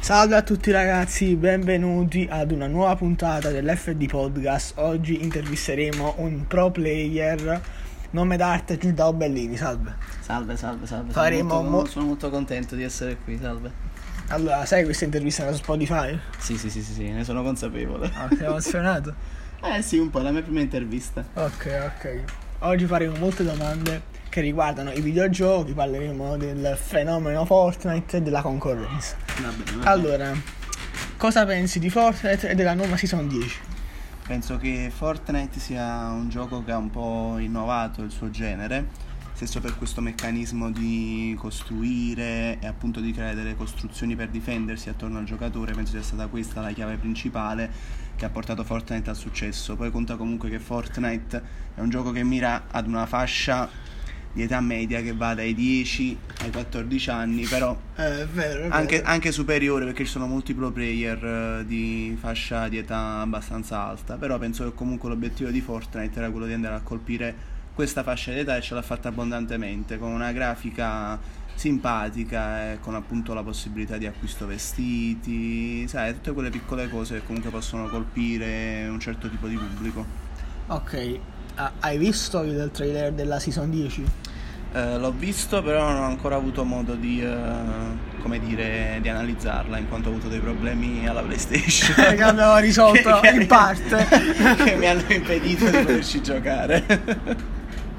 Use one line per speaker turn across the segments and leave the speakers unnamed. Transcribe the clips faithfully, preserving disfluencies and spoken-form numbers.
Salve a tutti ragazzi, benvenuti ad una nuova puntata dell'F D Podcast. Oggi intervisteremo un pro player, nome d'arte Giuliano Bellini. Salve.
Salve, salve, salve.
Faremo
sono, molto,
mo-
sono molto contento di essere qui, salve.
Allora, sai questa intervista su Spotify?
Sì, sì, sì, sì, sì, ne sono consapevole.
Ah, sei emozionato?
Eh sì, un po', la mia prima intervista.
Ok, ok. Oggi faremo molte domande che riguardano i videogiochi, parleremo del fenomeno Fortnite e della concorrenza.
Va bene, va bene.
Allora, cosa pensi di Fortnite e della nuova Season dieci?
Penso che Fortnite sia un gioco che ha un po' innovato il suo genere, stesso per questo meccanismo di costruire e appunto di creare delle costruzioni per difendersi attorno al giocatore. Penso sia stata questa la chiave principale che ha portato Fortnite al successo. Poi conta comunque che Fortnite è un gioco che mira ad una fascia di età media che va dai dieci ai quattordici anni, però
Eh, è vero, è
anche,
vero.
anche superiore, perché ci sono molti pro player eh, di fascia di età abbastanza alta. Però penso che comunque l'obiettivo di Fortnite era quello di andare a colpire questa fascia di età e ce l'ha fatta abbondantemente, con una grafica simpatica e con appunto la possibilità di acquisto vestiti, sai, tutte quelle piccole cose che comunque possono colpire un certo tipo di pubblico.
Ok, ah, hai visto il trailer della Season dieci?
Eh, l'ho visto, però non ho ancora avuto modo di, eh, come dire, di analizzarla, in quanto ho avuto dei problemi alla PlayStation
Che abbiamo risolto
Che-
in parte.
che mi hanno impedito di poterci giocare.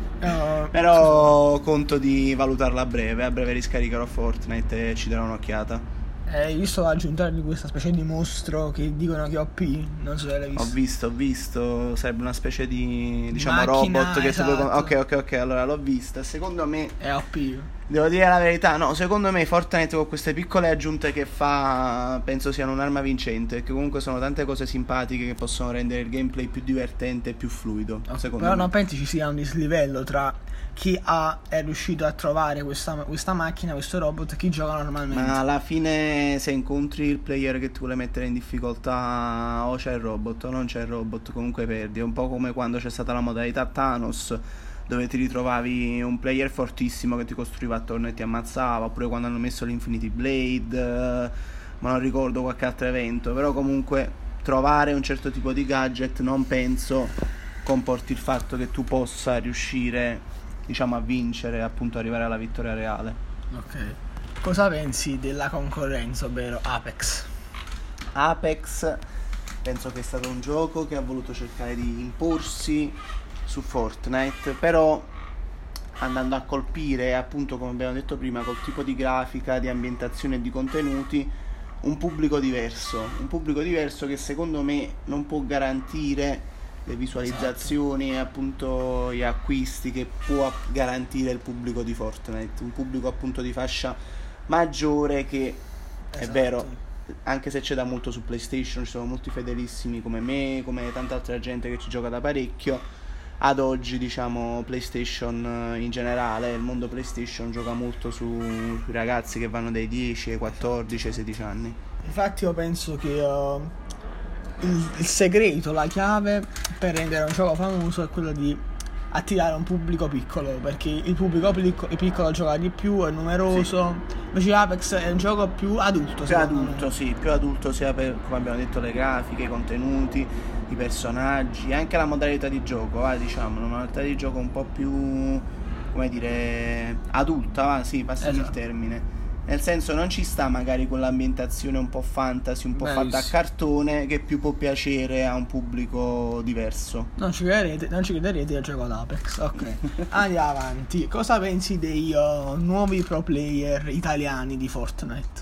No,
Però conto di valutarla a breve, a breve riscaricherò Fortnite e ci darò un'occhiata.
eh, hai visto l'aggiunta di questa specie di mostro che dicono che è O P? Non so se l'hai
Ho
visto.
visto, ho visto, sarebbe una specie di, diciamo,
Macchina,
robot che tu puoi...
esatto.
Ok, ok, ok, allora l'ho vista. Secondo me,
È O P.
devo dire la verità, no, secondo me Fortnite con queste piccole aggiunte che fa, penso siano un'arma vincente, che comunque sono tante cose simpatiche che possono rendere il gameplay più divertente e più fluido, secondo
Però
me.
non pensi ci sia un dislivello tra chi ha, è riuscito a trovare questa, questa macchina, questo robot, e chi gioca normalmente?
Ma alla fine, se incontri il player che ti vuole mettere in difficoltà, o c'è il robot o non c'è il robot, comunque perdi. È un po' come quando c'è stata la modalità Thanos, dove ti ritrovavi un player fortissimo che ti costruiva attorno e ti ammazzava, oppure quando hanno messo l'Infinity Blade, eh, ma non ricordo qualche altro evento. Però comunque trovare un certo tipo di gadget non penso comporti il fatto che tu possa riuscire, diciamo, a vincere, appunto arrivare alla vittoria reale.
Ok. Cosa pensi della concorrenza, ovvero Apex?
Apex penso che è stato un gioco che ha voluto cercare di imporsi su Fortnite, però andando a colpire, appunto come abbiamo detto prima, col tipo di grafica, di ambientazione e di contenuti, un pubblico diverso, un pubblico diverso che secondo me non può garantire le visualizzazioni e appunto gli acquisti che può garantire il pubblico di Fortnite, un pubblico appunto di fascia maggiore che è
Esatto.
vero, anche se c'è da molto su PlayStation, ci sono molti fedelissimi come me, come tanta altra gente che ci gioca da parecchio. Ad oggi, diciamo, PlayStation eh, in generale, il mondo PlayStation gioca molto su, sui ragazzi che vanno dai dieci ai quattordici ai sedici anni.
Infatti io penso che uh, il, il segreto, la chiave per rendere un gioco famoso è quello di attirare un pubblico piccolo, perché il pubblico picco- piccolo gioca di più, è numeroso. Invece Apex è un gioco più adulto,
Più
secondo
adulto,
me.
sì, più adulto sia per, come abbiamo detto, le grafiche, i contenuti, i personaggi, anche la modalità di gioco, va, diciamo, una modalità di gioco un po' più, come dire, adulta, va, sì, passami il
Esatto.
termine. Nel senso, non ci sta magari quell'ambientazione un po' fantasy, un po' fatta a
Bellissimo.
cartone, che più può piacere a un pubblico diverso.
Non ci crederete, non ci crederete, io gioco ad Apex. Ok, andiamo avanti. Cosa pensi dei uh, nuovi pro player italiani di Fortnite?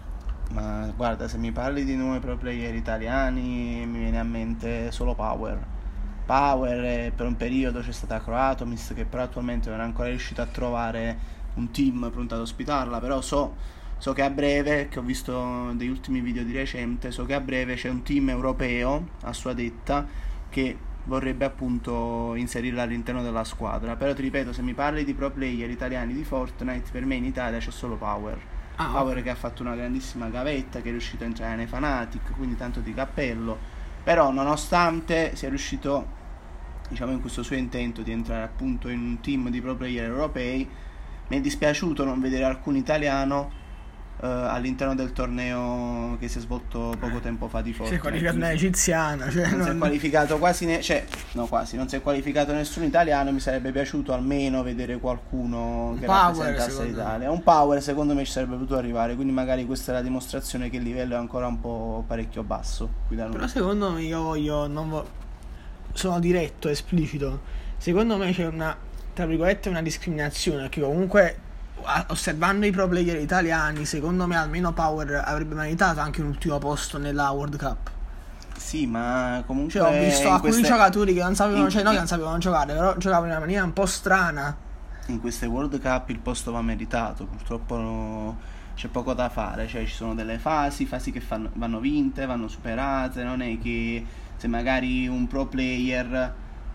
Ma guarda, se mi parli di nuovi pro player italiani mi viene a mente solo Power. Power, e per un periodo c'è stata Croatomis, che però attualmente non è ancora riuscito a trovare un team pronto ad ospitarla. Però so, so che a breve, che ho visto degli ultimi video di recente, so che a breve c'è un team europeo, a sua detta, che vorrebbe appunto inserirla all'interno della squadra. Però ti ripeto, se mi parli di pro player italiani di Fortnite, per me in Italia c'è solo Power.
Ah,
Power che ha fatto una grandissima gavetta, che è riuscito a entrare nei Fnatic, quindi tanto di cappello. Però nonostante sia riuscito, diciamo, in questo suo intento di entrare appunto in un team di pro player europei, mi è dispiaciuto non vedere alcun italiano uh, all'interno del torneo che si è svolto poco tempo fa di Fortnite.
Si è qualificato una egiziana, cioè
non, non si è qualificato quasi ne- cioè no quasi non si è qualificato nessun italiano. Mi sarebbe piaciuto almeno vedere qualcuno che
Power,
rappresentasse l'Italia. Un Power secondo me ci sarebbe potuto arrivare, quindi magari questa è la dimostrazione che il livello è ancora un po' parecchio basso qui da noi.
Però secondo me io voglio non vo- sono diretto, esplicito. Secondo me c'è una, tra virgolette, una discriminazione, che comunque a- osservando i pro player italiani, secondo me almeno Power avrebbe meritato anche un ultimo posto nella World Cup.
Sì, ma comunque
Cioè, ho visto
in
alcuni
queste-
giocatori che non sapevano,
in-
cioè no che non sapevano giocare, però giocavano in una maniera un po' strana.
in queste World Cup il posto va meritato, purtroppo no- c'è poco da fare, cioè ci sono delle fasi, fasi che fanno- vanno vinte, vanno superate, non è che se magari un pro player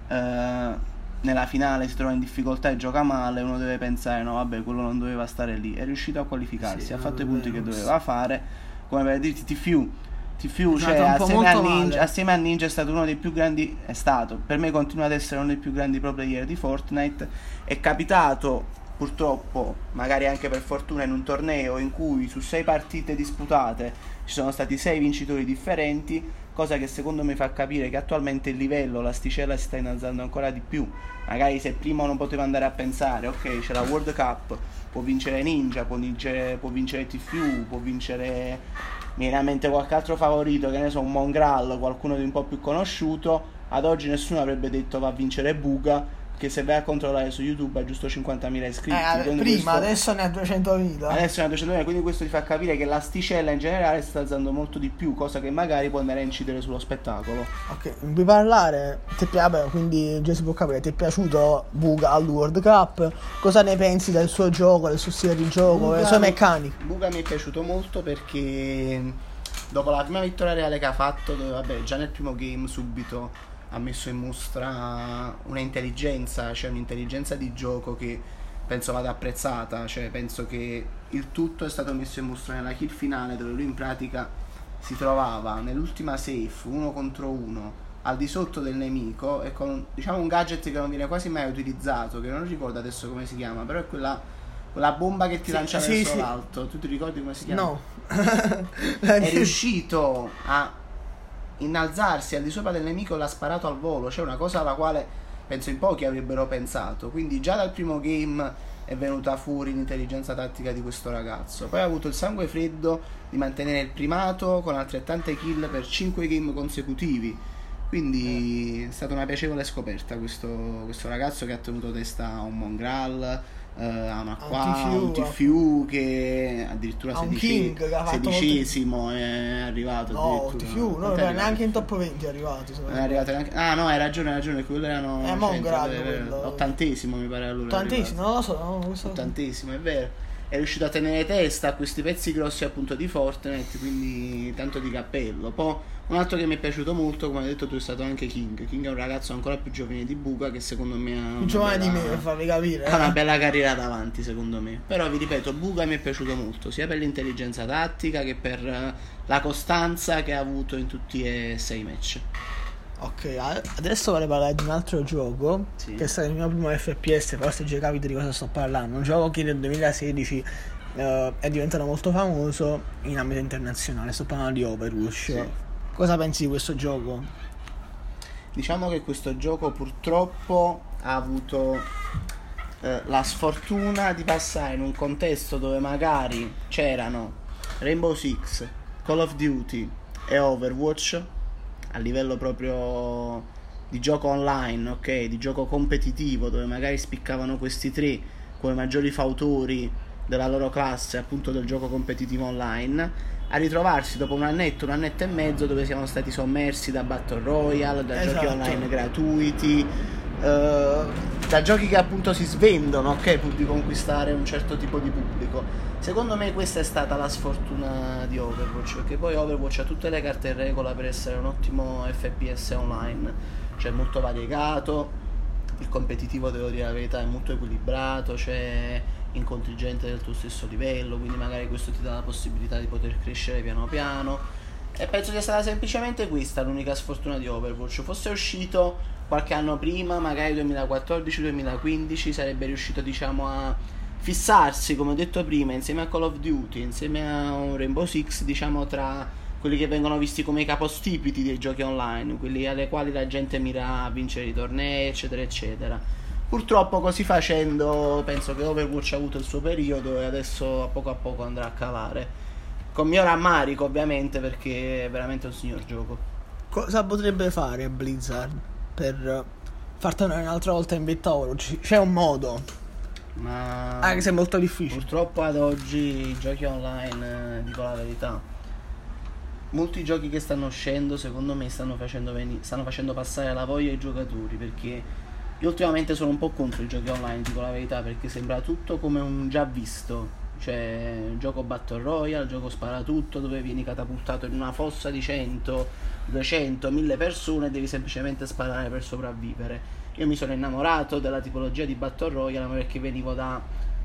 eh, nella finale si trova in difficoltà e gioca male, uno deve pensare no vabbè quello non doveva stare lì, è riuscito a qualificarsi,
Sì,
ha fatto i
è
punti
vero,
che
sì.
doveva fare, come per dirti T F U T F U,
È
cioè,
stato un po'
assieme, a
molto
Ninja,
male.
assieme a Ninja è stato uno dei più grandi, è stato, per me continua ad essere uno dei più grandi pro player di Fortnite. È capitato purtroppo, magari anche per fortuna, in un torneo in cui su sei partite disputate ci sono stati sei vincitori differenti, cosa che secondo me fa capire che attualmente il livello, l'asticella si sta innalzando ancora di più. Magari se prima uno poteva andare a pensare ok c'è la World Cup, può vincere Ninja, può vincere, può vincere T F U, può vincere, mi viene a mente qualche altro favorito, che ne so, un Mongral, qualcuno di un po' più conosciuto, ad oggi nessuno avrebbe detto va a vincere Buga, che se vai a controllare su YouTube ha giusto cinquantamila iscritti.
Eh,
quindi
prima,
questo-
adesso ne ha duecentomila.
Adesso ne ha duecentomila, quindi questo ti fa capire che l'asticella in generale si sta alzando molto di più, cosa che magari può andare a incidere sullo spettacolo.
Ok, mi puoi parlare? Ti è pi- vabbè, quindi già si può capire, ti è piaciuto Buga al World Cup? Cosa ne pensi del suo gioco, del suo stile di gioco,
Buga-
delle sue meccaniche?
Buga mi è piaciuto molto perché dopo la prima vittoria reale che ha fatto, dove vabbè già nel primo game subito ha messo in mostra una intelligenza, cioè un'intelligenza di gioco che penso vada apprezzata, cioè penso che il tutto è stato messo in mostra nella kill finale, dove lui in pratica si trovava nell'ultima safe uno contro uno al di sotto del nemico e con diciamo un gadget che non viene quasi mai utilizzato, che non ricordo adesso come si chiama, però è quella, quella bomba che ti
Sì,
lancia
sì,
verso
sì.
l'alto. Tu ti ricordi come si chiama?
No.
È riuscito a innalzarsi al di sopra del nemico e l'ha sparato al volo, cioè una cosa alla quale penso in pochi avrebbero pensato. Quindi già dal primo game è venuta fuori l'intelligenza tattica di questo ragazzo. Poi ha avuto il sangue freddo di mantenere il primato con altrettante kill per cinque game consecutivi. Quindi è stata una piacevole scoperta questo, questo ragazzo che ha tenuto testa a un Mongral, eh, a un Acqua,
A un T F U,
un T F U che addirittura
a un
sedici-
King che ha fatto
sedicesimo è arrivato.
No,
addirittura.
T F U, no,
Quanto è arrivato?
neanche in top venti è arrivato. secondo
Non è
me.
arrivato neanche. Ah no, hai ragione, hai ragione, quello erano
Eh,
cioè,
Mongral,
è vero,
quello.
ottantesimo mi pare allora. è
Tantissimo,
arrivato.
non lo so, no, questo-
Ottantesimo, è vero. È riuscito a tenere testa a questi pezzi grossi appunto di Fortnite, quindi tanto di cappello. Poi un altro che mi è piaciuto molto, come hai detto tu, è stato anche King. King è un ragazzo ancora più giovane di Buga che secondo me ha
più
una
giovane di
bella-
me, per farvi capire.
ha una
eh.
bella carriera davanti secondo me. Però vi ripeto, Buga mi è piaciuto molto, sia per l'intelligenza tattica che per eh, la costanza che ha avuto in tutti e sei match.
Ok, a- adesso vorrei parlare di un altro gioco,
Sì.
che è stato il mio primo F P S, forse già capite di cosa sto parlando. Un gioco che nel duemilasedici eh, è diventato molto famoso in ambito internazionale. Sto parlando di Overwatch.
Sì.
Cosa pensi di questo gioco?
Diciamo che questo gioco purtroppo ha avuto eh, la sfortuna di passare in un contesto dove magari c'erano Rainbow Six, Call of Duty e Overwatch a livello proprio di gioco online, ok, di gioco competitivo, dove magari spiccavano questi tre come maggiori fautori della loro classe, appunto del gioco competitivo online, a ritrovarsi dopo un annetto, un annetto e mezzo dove siamo stati sommersi da Battle Royale, da
Esatto.
giochi online gratuiti, eh, da giochi che appunto si svendono, ok, pur di conquistare un certo tipo di pubblico. Secondo me questa è stata la sfortuna di Overwatch, perché poi Overwatch ha tutte le carte in regola per essere un ottimo F P S online, cioè molto variegato, il competitivo, devo dire la verità, è molto equilibrato, c'è incontri gente del tuo stesso livello, quindi magari questo ti dà la possibilità di poter crescere piano piano, e penso sia stata semplicemente questa l'unica sfortuna di Overwatch. Fosse uscito qualche anno prima, magari duemilaquattordici duemilaquindici, sarebbe riuscito diciamo a fissarsi, come ho detto prima, insieme a Call of Duty, insieme a un Rainbow Six, diciamo tra quelli che vengono visti come i capostipiti dei giochi online, quelli alle quali la gente mira a vincere i tornei, eccetera eccetera. Purtroppo così facendo penso che Overwatch ha avuto il suo periodo e adesso a poco a poco andrà a calare, con mio rammarico ovviamente, perché è veramente un signor gioco.
Cosa potrebbe fare Blizzard per far tornare un'altra volta in vetta Overwatch? C'è un modo,
Ma
anche se è molto difficile.
purtroppo ad oggi i giochi online, eh, dico la verità, molti giochi che stanno uscendo secondo me stanno facendo, veni- stanno facendo passare la voglia ai giocatori, perché io ultimamente sono un po' contro i giochi online, dico la verità, perché sembra tutto come un già visto, cioè gioco Battle Royale, gioco sparatutto dove vieni catapultato in una fossa di cento, duecento, mille persone e devi semplicemente sparare per sopravvivere. Io mi sono innamorato della tipologia di Battle Royale perché venivo da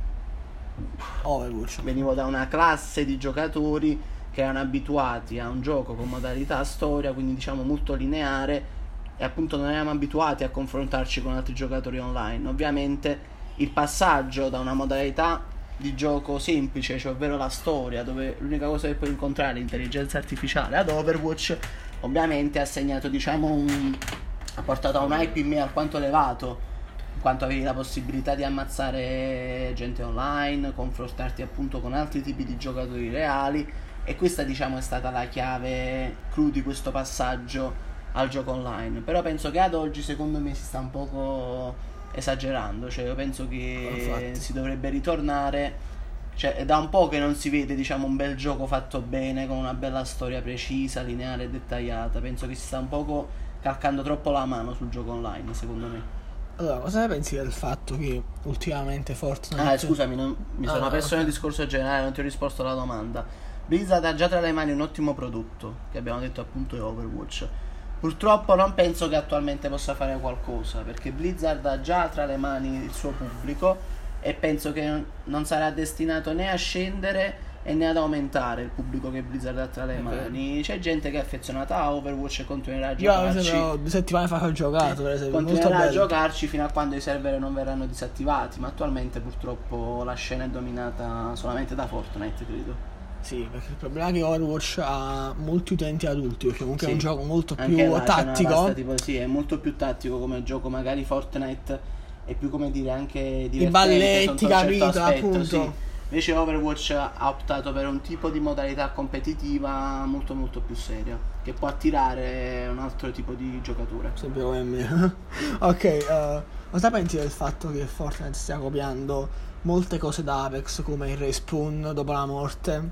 Overwatch.
venivo da una classe di giocatori che erano abituati a un gioco con modalità storia, quindi diciamo molto lineare, e appunto non eravamo abituati a confrontarci con altri giocatori online. Ovviamente il passaggio da una modalità di gioco semplice, cioè ovvero la storia, dove l'unica cosa che puoi incontrare è l'intelligenza artificiale, ad Overwatch ovviamente ha segnato, diciamo, un ha portato a un hype in me alquanto elevato, in quanto avevi la possibilità di ammazzare gente online, confrontarti appunto con altri tipi di giocatori reali, e questa diciamo è stata la chiave clou di questo passaggio al gioco online. Però penso che ad oggi secondo me si sta un poco esagerando, cioè io penso che
Infatti.
si dovrebbe ritornare, cioè è da un po' che non si vede diciamo un bel gioco fatto bene, con una bella storia precisa, lineare e dettagliata. Penso che si sta un poco calcando troppo la mano sul gioco online, secondo me.
Allora, cosa ne pensi del fatto che ultimamente Fortnite...
Ah, scusami, non- mi
Ah,
sono
no,
perso
ok.
nel discorso generale, non ti ho risposto alla domanda. Blizzard ha già tra le mani un ottimo prodotto, che abbiamo detto appunto è Overwatch. Purtroppo non penso che attualmente possa fare qualcosa, perché Blizzard ha già tra le mani il suo pubblico e penso che non- non sarà destinato né a scendere e né ad aumentare il pubblico che Blizzard ha tra le
È vero.
mani. C'è gente che è affezionata a Overwatch e continuerà a
Io mi
giocarci.
sembra due settimane fa che ho giocato, per esempio, molto
Continuerà a
bello.
giocarci fino a quando i server non verranno disattivati, ma attualmente purtroppo la scena è dominata solamente da Fortnite, credo.
Sì, perché il problema è che Overwatch ha molti utenti adulti, perché comunque è
Sì.
un gioco molto
Anche
più
là c'è una
tattico.
vasta tipo, sì, è molto più tattico come gioco, magari Fortnite è più, come dire, anche divertente
balletti,
sotto un certo
capito,
aspetto,
appunto.
sì. Invece Overwatch ha optato per un tipo di modalità competitiva molto molto più seria, che può attirare un altro tipo di giocatore.
Sempre come me. Ok, eh, cosa pensi del fatto che Fortnite stia copiando molte cose da Apex, come il respawn dopo la morte,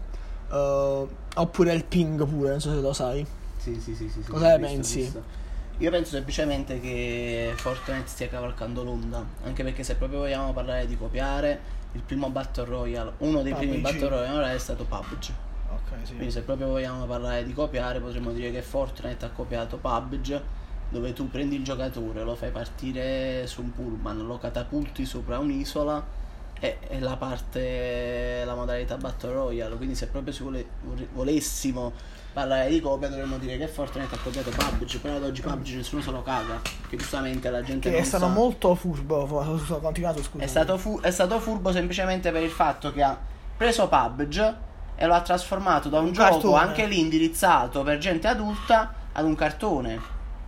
eh, oppure il ping pure, non so se lo sai.
Sì, sì, sì, sì, sì,
Cosa
ho
ne
visto, ho
pensi?
visto. Io penso semplicemente che Fortnite stia cavalcando l'onda, anche perché se proprio vogliamo parlare di copiare, il primo Battle Royale, uno dei primi
P U B G.
Battle Royale è stato P U B G.
Ok, sì.
Quindi se proprio vogliamo parlare di copiare, potremmo dire che Fortnite ha copiato P U B G, dove tu prendi il giocatore, lo fai partire su un pullman, lo catapulti sopra un'isola e, e la parte, la modalità Battle Royale. Quindi se proprio si vuole, volessimo parlare di copia, dovremmo dire che Fortnite ha copiato P U B G, però ad oggi P U B G nessuno se lo caga, perché giustamente la gente
Che
non
è stato
sa.
molto furbo, fu- fu- continuato, scusa.
È stato, fu- è stato furbo semplicemente per il fatto che ha preso P U B G e lo ha trasformato da un,
Un
gioco
cartone.
anche lì indirizzato per gente adulta ad un cartone.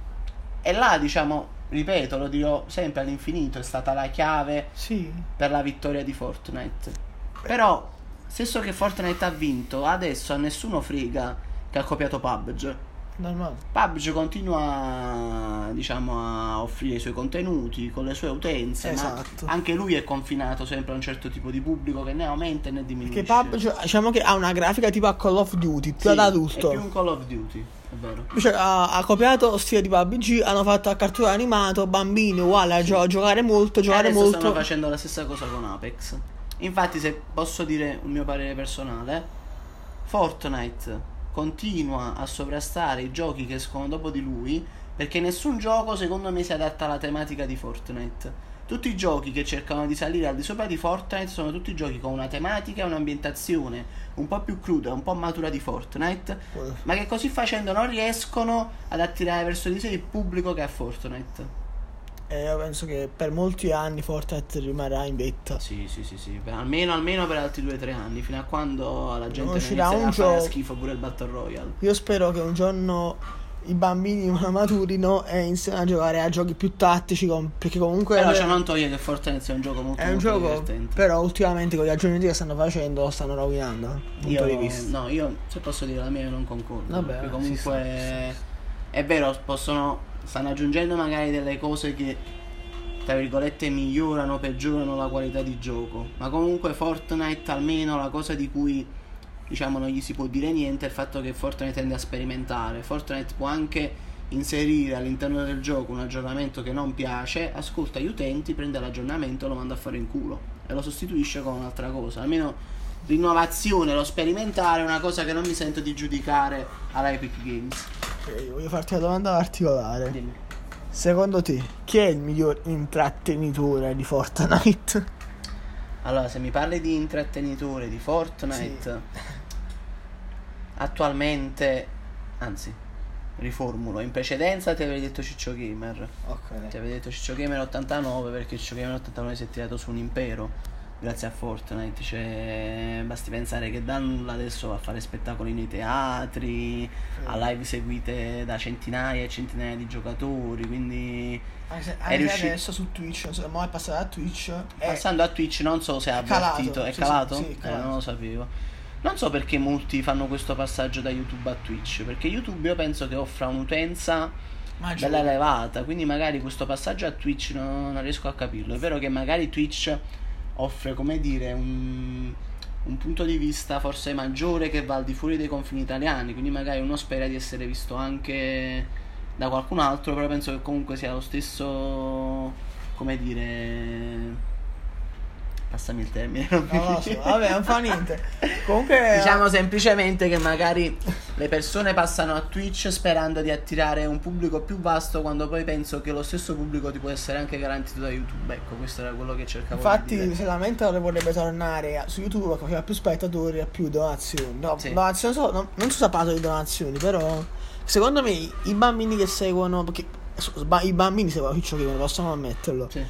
E là, diciamo, ripeto, lo dirò sempre all'infinito, è stata la chiave
Sì.
per la vittoria di Fortnite. Però, stesso che Fortnite ha vinto, adesso a nessuno frega che ha copiato P U B G.
Normale.
P U B G continua, diciamo, a offrire i suoi contenuti con le sue utenze,
Esatto.
ma anche lui è confinato sempre a un certo tipo di pubblico che né aumenta né diminuisce.
Perché P U B G, diciamo che ha una grafica tipo a Call of Duty, più
Sì,
ad adulto.
è più un Call of Duty, è vero.
Cioè, ha, ha copiato stile di P U B G, hanno fatto a cartone animato, bambini uguale a gio- giocare molto,
E
giocare
adesso
molto.
stanno facendo la stessa cosa con Apex. Infatti, se posso dire un mio parere personale, Fortnite continua a sovrastare i giochi che escono dopo di lui, perché nessun gioco secondo me si adatta alla tematica di Fortnite. Tutti i giochi che cercano di salire al di sopra di Fortnite sono tutti giochi con una tematica e un'ambientazione un po' più cruda, un po' matura di Fortnite, ma che così facendo non riescono ad attirare verso di sé il pubblico che ha Fortnite.
E io penso che per molti anni Fortnite rimarrà in vetta.
Sì, sì, sì, sì. Per- almeno, almeno per altri due o tre anni, fino a quando la gente
Non
non
uscirà
inizierà
un
a fare
gioco.
schifo pure il Battle Royale.
Io spero che un giorno i bambini maturino e iniziano a giocare a giochi più tattici, com- perché comunque
Però
è,
ciò non toglie che Fortnite sia un gioco molto,
è un
molto
gioco,
divertente.
però ultimamente con gli aggiornamenti che stanno facendo lo stanno rovinando, dal punto
Io,
di vista.
no, io se posso dire la mia, io non concordo.
Vabbè,
perché
si
comunque
sa,
è vero, possono stanno aggiungendo magari delle cose che tra virgolette migliorano, peggiorano la qualità di gioco, ma comunque Fortnite, almeno la cosa di cui diciamo non gli si può dire niente è il fatto che Fortnite tende a sperimentare. Fortnite può anche inserire all'interno del gioco un aggiornamento che non piace, ascolta gli utenti, prende l'aggiornamento e lo manda a fare in culo e lo sostituisce con un'altra cosa. Almeno l'innovazione, lo sperimentare è una cosa che non mi sento di giudicare alla Epic Games.
Ok, voglio farti una domanda particolare.
Dimmi.
Secondo te, chi è il miglior intrattenitore di Fortnite?
Allora, se mi parli di intrattenitore di Fortnite,
Sì.
attualmente, anzi, riformulo, in precedenza ti avrei detto Ciccio Gamer.
Ok.
Ti avrei detto Ciccio Gamer ottantanove perché Ciccio Gamer ottantanove si è tirato su un impero grazie a Fortnite. Cioè, basti pensare che da nulla adesso va a fare spettacoli nei teatri, a live seguite da centinaia e centinaia di giocatori, quindi
Anche se,
è
anche se
riuscito.
adesso su Twitch, non so, mo è passato da Twitch. È,
Passando a Twitch non so se ha
è calato,
avvertito, è
sì,
calato?
sì, sì, è
Eh,
calato.
non lo sapevo. Non so perché molti fanno questo passaggio da YouTube a Twitch, perché YouTube io penso che offra un'utenza
maggiore.
bella elevata, quindi magari questo passaggio a Twitch non, non riesco a capirlo. È vero che magari Twitch offre, come dire, un, un punto di vista forse maggiore che va al di fuori dei confini italiani, quindi magari uno spera di essere visto anche da qualcun altro, però penso che comunque sia lo stesso, come dire, passami il termine, non mi
Non lo so,
viene.
vabbè, non fa niente. Comunque
Diciamo semplicemente che magari le persone passano a Twitch sperando di attirare un pubblico più vasto, quando poi penso che lo stesso pubblico ti può essere anche garantito da YouTube. Ecco, questo era quello che cercavo
infatti
di dire.
se lamenta vorrebbe tornare su YouTube perché aveva più spettatori e più donazioni. No,
Sì.
donazioni non so, non, non so parlato di donazioni, però secondo me i bambini che seguono, perché sba- i bambini seguono Ciccio Gamer, possono ammetterlo.
Sì.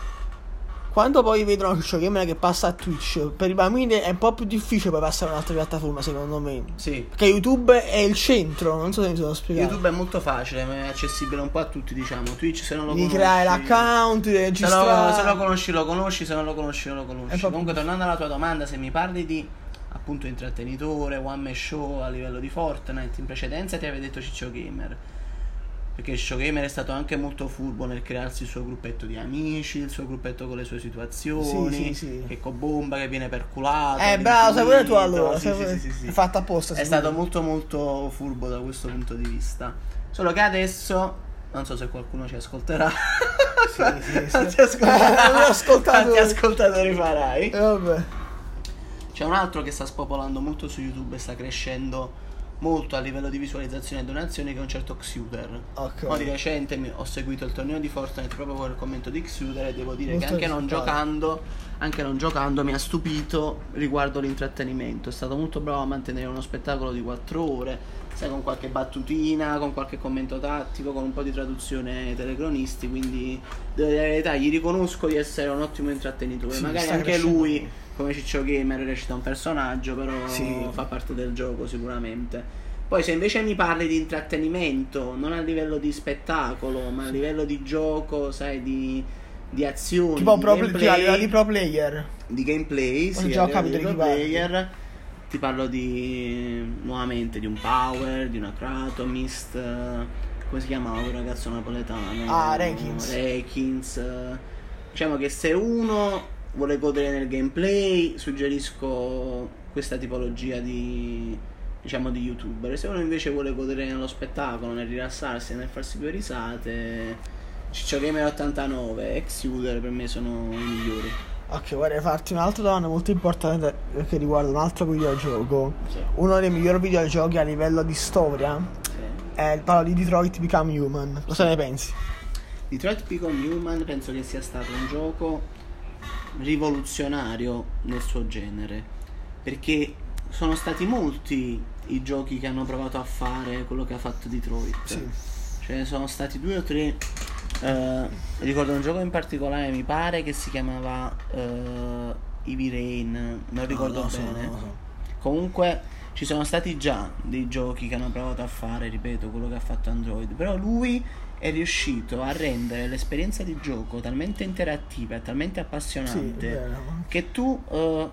Quando poi vedono Ciccio Gamer che passa a Twitch, per i bambini è un po' più difficile poi passare a un'altra piattaforma, secondo me.
Sì.
Perché YouTube è il centro, non so se mi sono spiegato.
YouTube è molto facile, è accessibile un po' a tutti, diciamo. Twitch se non lo
Devi
conosci,
creare l'account, devi
se lo,
registrare.
se lo conosci lo conosci, se non lo conosci non lo
È
conosci.
proprio-
Comunque tornando alla tua domanda, se mi parli di appunto intrattenitore, one man show a livello di Fortnite, in precedenza ti avevo detto Ciccio Gamer, perché Ciccio Gamer è stato anche molto furbo nel crearsi il suo gruppetto di amici, il suo gruppetto con le sue situazioni,
Sì, sì, sì.
che con bomba che viene perculato.
Eh, bravo, sai pure tu allora.
Sì,
sai
sì,
pure-
sì, sì, sì.
È fatto apposta.
È
secondo
stato
me.
molto molto furbo da questo punto di vista. Solo che adesso non so se qualcuno ci ascolterà.
Sì, sì, sì.
Quanti ascoltatori,
Quanti ascoltatori.
quanti ascoltatori farai?
Eh, vabbè.
C'è un altro che sta spopolando molto su YouTube e sta crescendo molto a livello di visualizzazione e donazioni, che è un certo Xuder.
Ok.
Mo di recente mi- ho seguito il torneo di Fortnite proprio per il commento di Xuder e devo dire
Molto
che anche non
simpatico.
giocando anche non giocando mi ha stupito riguardo l'intrattenimento. È stato molto bravo a mantenere uno spettacolo di quattro ore, sai, con qualche battutina, con qualche commento tattico, con un po' di traduzione ai telecronisti, quindi devo dire la verità, gli riconosco di essere un ottimo intrattenitore.
Sì,
Magari
sta
anche
crescendo.
lui, come Ciccio Gamer, recita un personaggio, però
Sì.
fa parte del gioco sicuramente. Poi se invece mi parli di intrattenimento, non a livello di spettacolo, ma a livello di gioco, sai, di, di azioni,
Tipo
di
pro,
gameplay,
sì, a livello di pro player.
di gameplay,
Ho
sì,
già
a livello
capito
di
di chi
pro
parli.
player, ti parlo di nuovamente di un Power, di una Kratomist, eh, come si chiamava quel ragazzo napoletano?
Ah, Rekins.
Rekins, eh. Diciamo che se uno vuole godere nel gameplay, suggerisco questa tipologia di, diciamo, di youtuber. Se uno invece vuole godere nello spettacolo, nel rilassarsi, nel farsi due risate, Ciccio Gamer ottantanove e Xuder per me sono i migliori.
Ok, vorrei farti un'altra domanda molto importante che riguarda un altro videogioco.
Sì.
Uno dei migliori videogiochi a livello di storia
Sì.
è il parlo di Detroit Become Human. Cosa ne pensi?
Detroit Become Human penso che sia stato un gioco rivoluzionario nel suo genere, perché sono stati molti i giochi che hanno provato a fare quello che ha fatto Detroit.
Sì.
Ce ne sono stati due o tre Uh, ricordo un gioco in particolare, mi pare che si chiamava uh, Heavy Rain, non ricordo
no, no,
bene.
no, no.
Comunque ci sono stati già dei giochi che hanno provato a fare, ripeto, quello che ha fatto Android, però lui è riuscito a rendere l'esperienza di gioco talmente interattiva e talmente appassionante
sì,
che tu uh,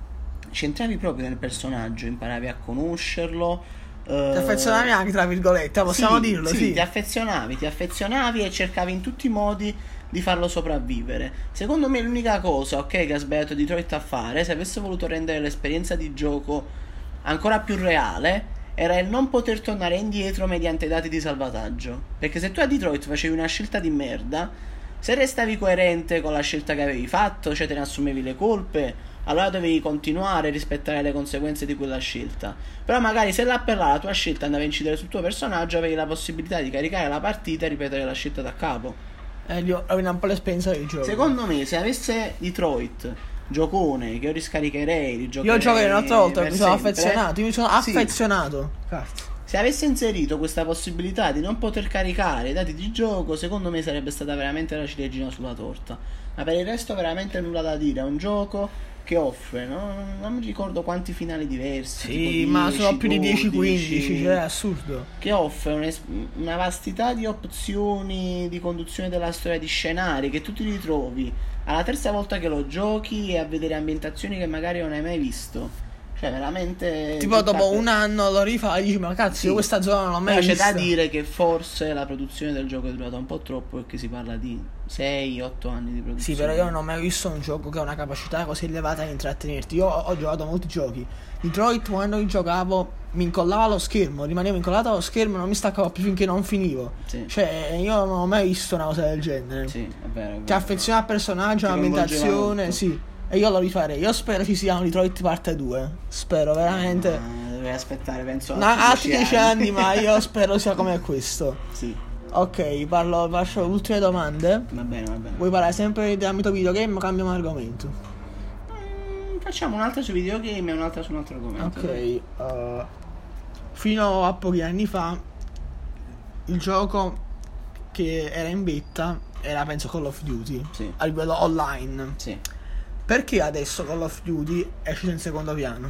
ci entravi proprio nel personaggio, imparavi a conoscerlo.
Ti affezionavi anche, tra virgolette, possiamo
sì,
dirlo,
sì,
sì.
Ti affezionavi, ti affezionavi e cercavi in tutti i modi di farlo sopravvivere. Secondo me l'unica cosa, ok, che ha sbagliato Detroit a fare, se avesse voluto rendere l'esperienza di gioco ancora più reale, era il non poter tornare indietro mediante dati di salvataggio. Perché se tu a Detroit facevi una scelta di merda, se restavi coerente con la scelta che avevi fatto, cioè te ne assumevi le colpe, allora dovevi continuare a rispettare le conseguenze di quella scelta. Però magari se là per là la tua scelta andava a incidere sul tuo personaggio, avevi la possibilità di caricare la partita e ripetere la scelta da capo.
Eh, io rovina un po' l'esperienza del gioco.
Secondo me, se avesse Detroit, giocone, che io riscaricherei, rigiocherei.
Io giocherei un'altra volta
per
perché sono
sempre,
affezionato. Io mi sono
sì.
affezionato. Cazzo.
Se avesse inserito questa possibilità di non poter caricare i dati di gioco, secondo me sarebbe stata veramente la ciliegina sulla torta. Ma per il resto veramente nulla da dire. È un gioco che offre, no? Non mi ricordo quanti finali diversi.
Sì,
dieci,
ma sono più di dieci quindici, cioè è assurdo.
Che offre un'es- una vastità di opzioni di conduzione della storia, di scenari che tu ti ritrovi alla terza volta che lo giochi e a vedere ambientazioni che magari non hai mai visto. Cioè veramente
tipo dopo
per...
un anno lo rifai e dici ma cazzo sì. Io questa zona non l'ho mai
Però
vista.
C'è da dire che forse la produzione del gioco è durata un po' troppo, perché si parla di sei otto anni di produzione.
Sì, però io non ho mai visto un gioco che ha una capacità così elevata di intrattenerti. Io ho, ho giocato a molti giochi. Detroit, quando io giocavo mi incollava allo schermo, rimanevo incollato allo schermo e non mi staccavo più finché non finivo.
Sì.
Cioè io non ho mai visto una cosa del genere.
Sì, è vero, è vero.
Ti affeziona al personaggio, all'ambientazione, sì. E io lo rifarei. Io spero ci sia un Detroit parte due. Spero veramente.
Ma devi aspettare, penso
No, altri dieci anni, ma io spero sia come questo.
Sì.
Ok, parlo, faccio le ultime domande.
Va bene, va bene.
Vuoi parlare sempre dell'ambito videogame o cambiamo argomento?
Mm, facciamo un'altra su videogame e un'altra su un altro argomento.
Ok, uh, fino a pochi anni fa il gioco che era in beta era penso Call of Duty,
sì.
A livello online.
Sì.
Perché adesso Call of Duty è uscito in secondo piano?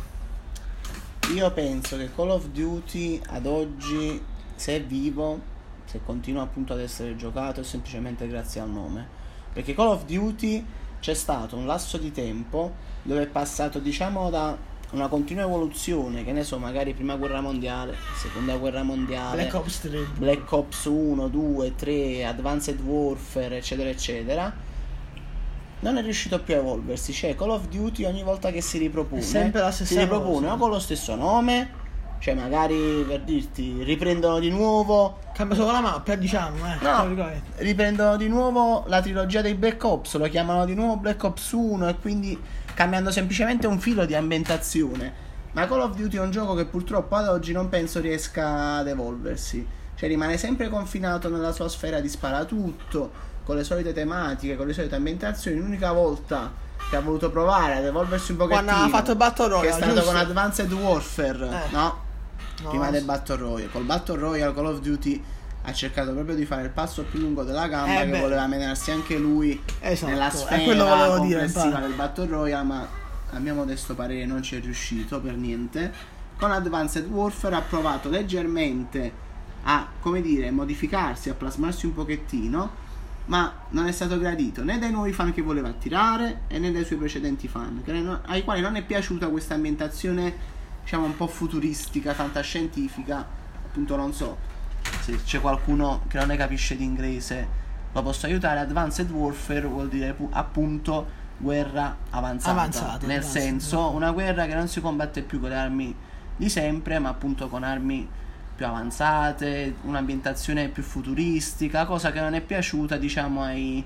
Io penso che Call of Duty ad oggi, se è vivo, se continua appunto ad essere giocato, è semplicemente grazie al nome. Perché Call of Duty c'è stato un lasso di tempo dove è passato, diciamo, da una continua evoluzione, che ne so, magari prima guerra mondiale, seconda guerra mondiale,
Black Ops tre,
Black Ops uno, due, tre, Advanced Warfare, eccetera eccetera. Non è riuscito più a evolversi. Cioè Call of Duty ogni volta che si ripropone,
è sempre la stessa
si ripropone
cosa.
o con lo stesso nome, cioè magari per dirti riprendono di nuovo,
cambia solo la mappa, diciamo, eh.
no, riprendono di nuovo la trilogia dei Black Ops, lo chiamano di nuovo Black Ops uno e quindi cambiando semplicemente un filo di ambientazione. Ma Call of Duty è un gioco che purtroppo ad oggi non penso riesca ad evolversi. Cioè rimane sempre confinato nella sua sfera di sparatutto, con le solite tematiche, con le solite ambientazioni. L'unica volta che ha voluto provare ad evolversi un pochettino,
quando ha fatto il Battle Royale,
che è stato
giusto?
con Advanced Warfare,
eh.
no?
no?
Prima del Battle Royale. Col Battle Royale Call of Duty ha cercato proprio di fare il passo più lungo della gamba,
eh
che
beh.
voleva menarsi anche lui
esatto.
nella
È quello che
sfera
volevo dire,
complessiva
infatti.
del Battle Royale, ma a mio modesto parere non ci è riuscito per niente. Con Advanced Warfare ha provato leggermente a, come dire, modificarsi, a plasmarsi un pochettino, ma non è stato gradito né dai nuovi fan che voleva attirare e né dai suoi precedenti fan, che non, ai quali non è piaciuta questa ambientazione, diciamo, un po' futuristica, fantascientifica. Appunto, non so se c'è qualcuno che non ne capisce di inglese, lo posso aiutare. Advanced Warfare vuol dire appunto guerra avanzata,
Avanzata,
nel
avanzata.
senso una guerra che non si combatte più con le armi di sempre, ma appunto con armi più avanzate, un'ambientazione più futuristica, cosa che non è piaciuta, diciamo, ai,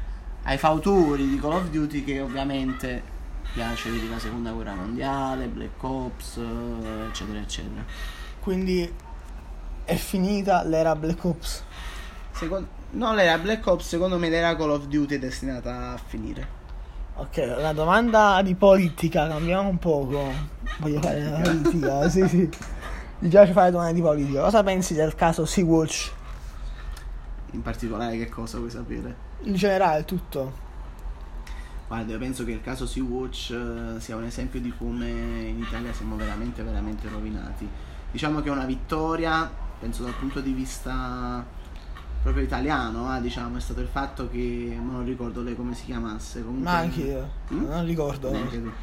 ai fautori di Call of Duty, che ovviamente piace vedi la seconda guerra mondiale, Black Ops, eccetera eccetera.
Quindi è finita l'era Black Ops.
Secondo, no, l'era Black Ops, secondo me l'era Call of Duty è destinata a finire.
Ok, una domanda di politica, cambiamo un poco. Voglio fare una politica, sì sì. Mi piace fare domande di politica. Cosa pensi del caso Sea-Watch?
In particolare che cosa vuoi sapere?
In generale tutto.
Guarda, io penso che il caso Sea-Watch eh, sia un esempio di come in Italia siamo veramente veramente rovinati. Diciamo che è una vittoria, penso dal punto di vista proprio italiano, eh, diciamo, è stato il fatto che non ricordo lei come si chiamasse. Comunque,
Ma anche io,
Mm?
non ricordo.
Neanche tu.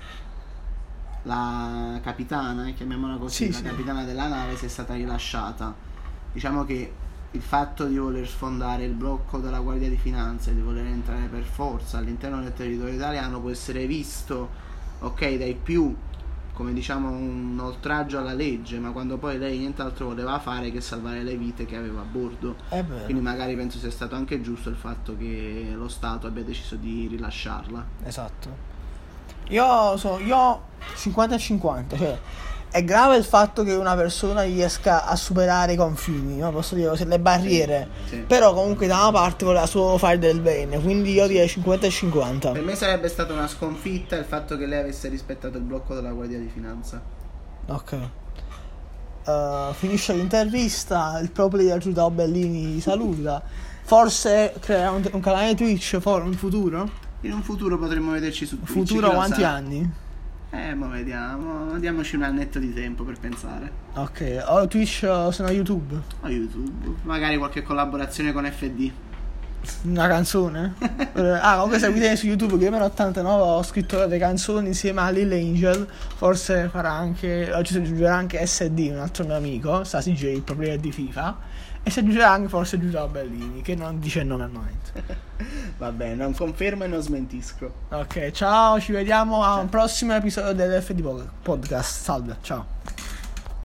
La capitana, eh, chiamiamola così,
Sì,
la
sì.
capitana della nave si è stata rilasciata. Diciamo che il fatto di voler sfondare il blocco della Guardia di Finanza e di voler entrare per forza all'interno del territorio italiano può essere visto, ok, dai più come diciamo un oltraggio alla legge, ma quando poi lei nient'altro voleva fare che salvare le vite che aveva a bordo.
È vero.
Quindi magari penso sia stato anche giusto il fatto che lo Stato abbia deciso di rilasciarla.
Esatto. Io so, io cinquanta e cinquanta, cioè è grave il fatto che una persona riesca a superare i confini, no? Posso dire così, le barriere.
Sì, sì.
Però comunque da una parte voleva solo fare del bene, quindi io direi cinquanta e cinquanta.
Per me sarebbe stata una sconfitta il fatto che lei avesse rispettato il blocco della Guardia di Finanza.
Ok. Uh, finisce l'intervista, il pro player Giuda Bellini saluta. Forse crea un, un canale Twitch for in futuro?
In un futuro potremmo vederci su Twitch.
Futuro
chi lo
quanti
sa?
anni?
Eh, ma vediamo. Diamoci un annetto di tempo per pensare.
Ok, o Twitch o se no YouTube.
O YouTube. Magari qualche collaborazione con F D.
Una canzone? Eh, ah, comunque seguitemi su YouTube Gamer ottantanove, ho scritto le canzoni insieme a Lil Angel. Forse farà anche, oggi si aggiungerà anche S D, un altro mio amico, Stasi J, il pro player di FIFA. E si aggiungerà anche forse Giuda Bellini, che non dice il nome al momento.
Va bene, non confermo e non smentisco.
Ok, ciao, ci vediamo a un prossimo episodio dell'F D Podcast. Salve, ciao.